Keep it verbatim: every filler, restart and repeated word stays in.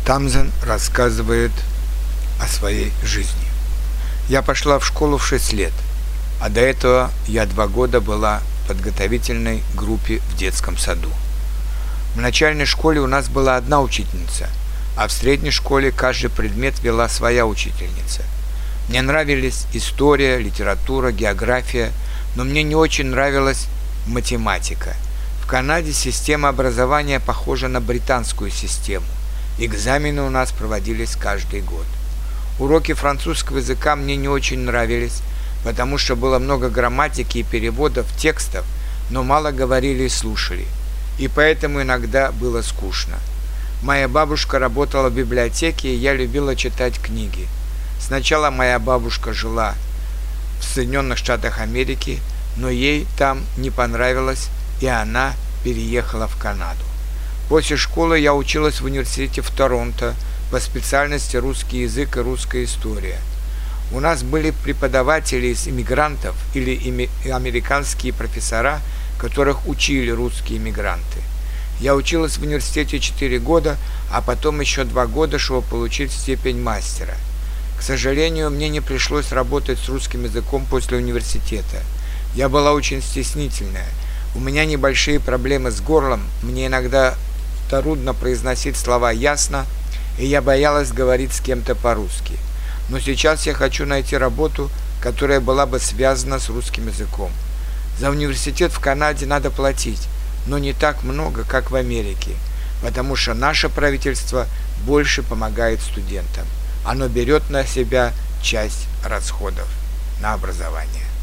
Тамзин рассказывает о своей жизни. Я пошла в школу в шесть лет, а до этого я два года была в подготовительной группе в детском саду. В начальной школе у нас была одна учительница, а в средней школе каждый предмет вела своя учительница. Мне нравились история, литература, география, но мне не очень нравилась математика. В Канаде система образования похожа на британскую систему. Экзамены у нас проводились каждый год. Уроки французского языка мне не очень нравились, потому что было много грамматики и переводов текстов, но мало говорили и слушали, и поэтому иногда было скучно. Моя бабушка работала в библиотеке, и я любила читать книги. Сначала моя бабушка жила в Соединенных Штатах Америки, но ей там не понравилось, и она переехала в Канаду. После школы я училась в университете в Торонто по специальности русский язык и русская история. У нас были преподаватели из иммигрантов или ими- американские профессора, которых учили русские иммигранты. Я училась в университете четыре года, а потом еще два года, чтобы получить степень мастера. К сожалению, мне не пришлось работать с русским языком после университета. Я была очень стеснительная. У меня небольшие проблемы с горлом, мне иногда трудно произносить слова ясно, и я боялась говорить с кем-то по-русски. Но сейчас я хочу найти работу, которая была бы связана с русским языком. За университет в Канаде надо платить, но не так много, как в Америке, потому что наше правительство больше помогает студентам. Оно берет на себя часть расходов на образование.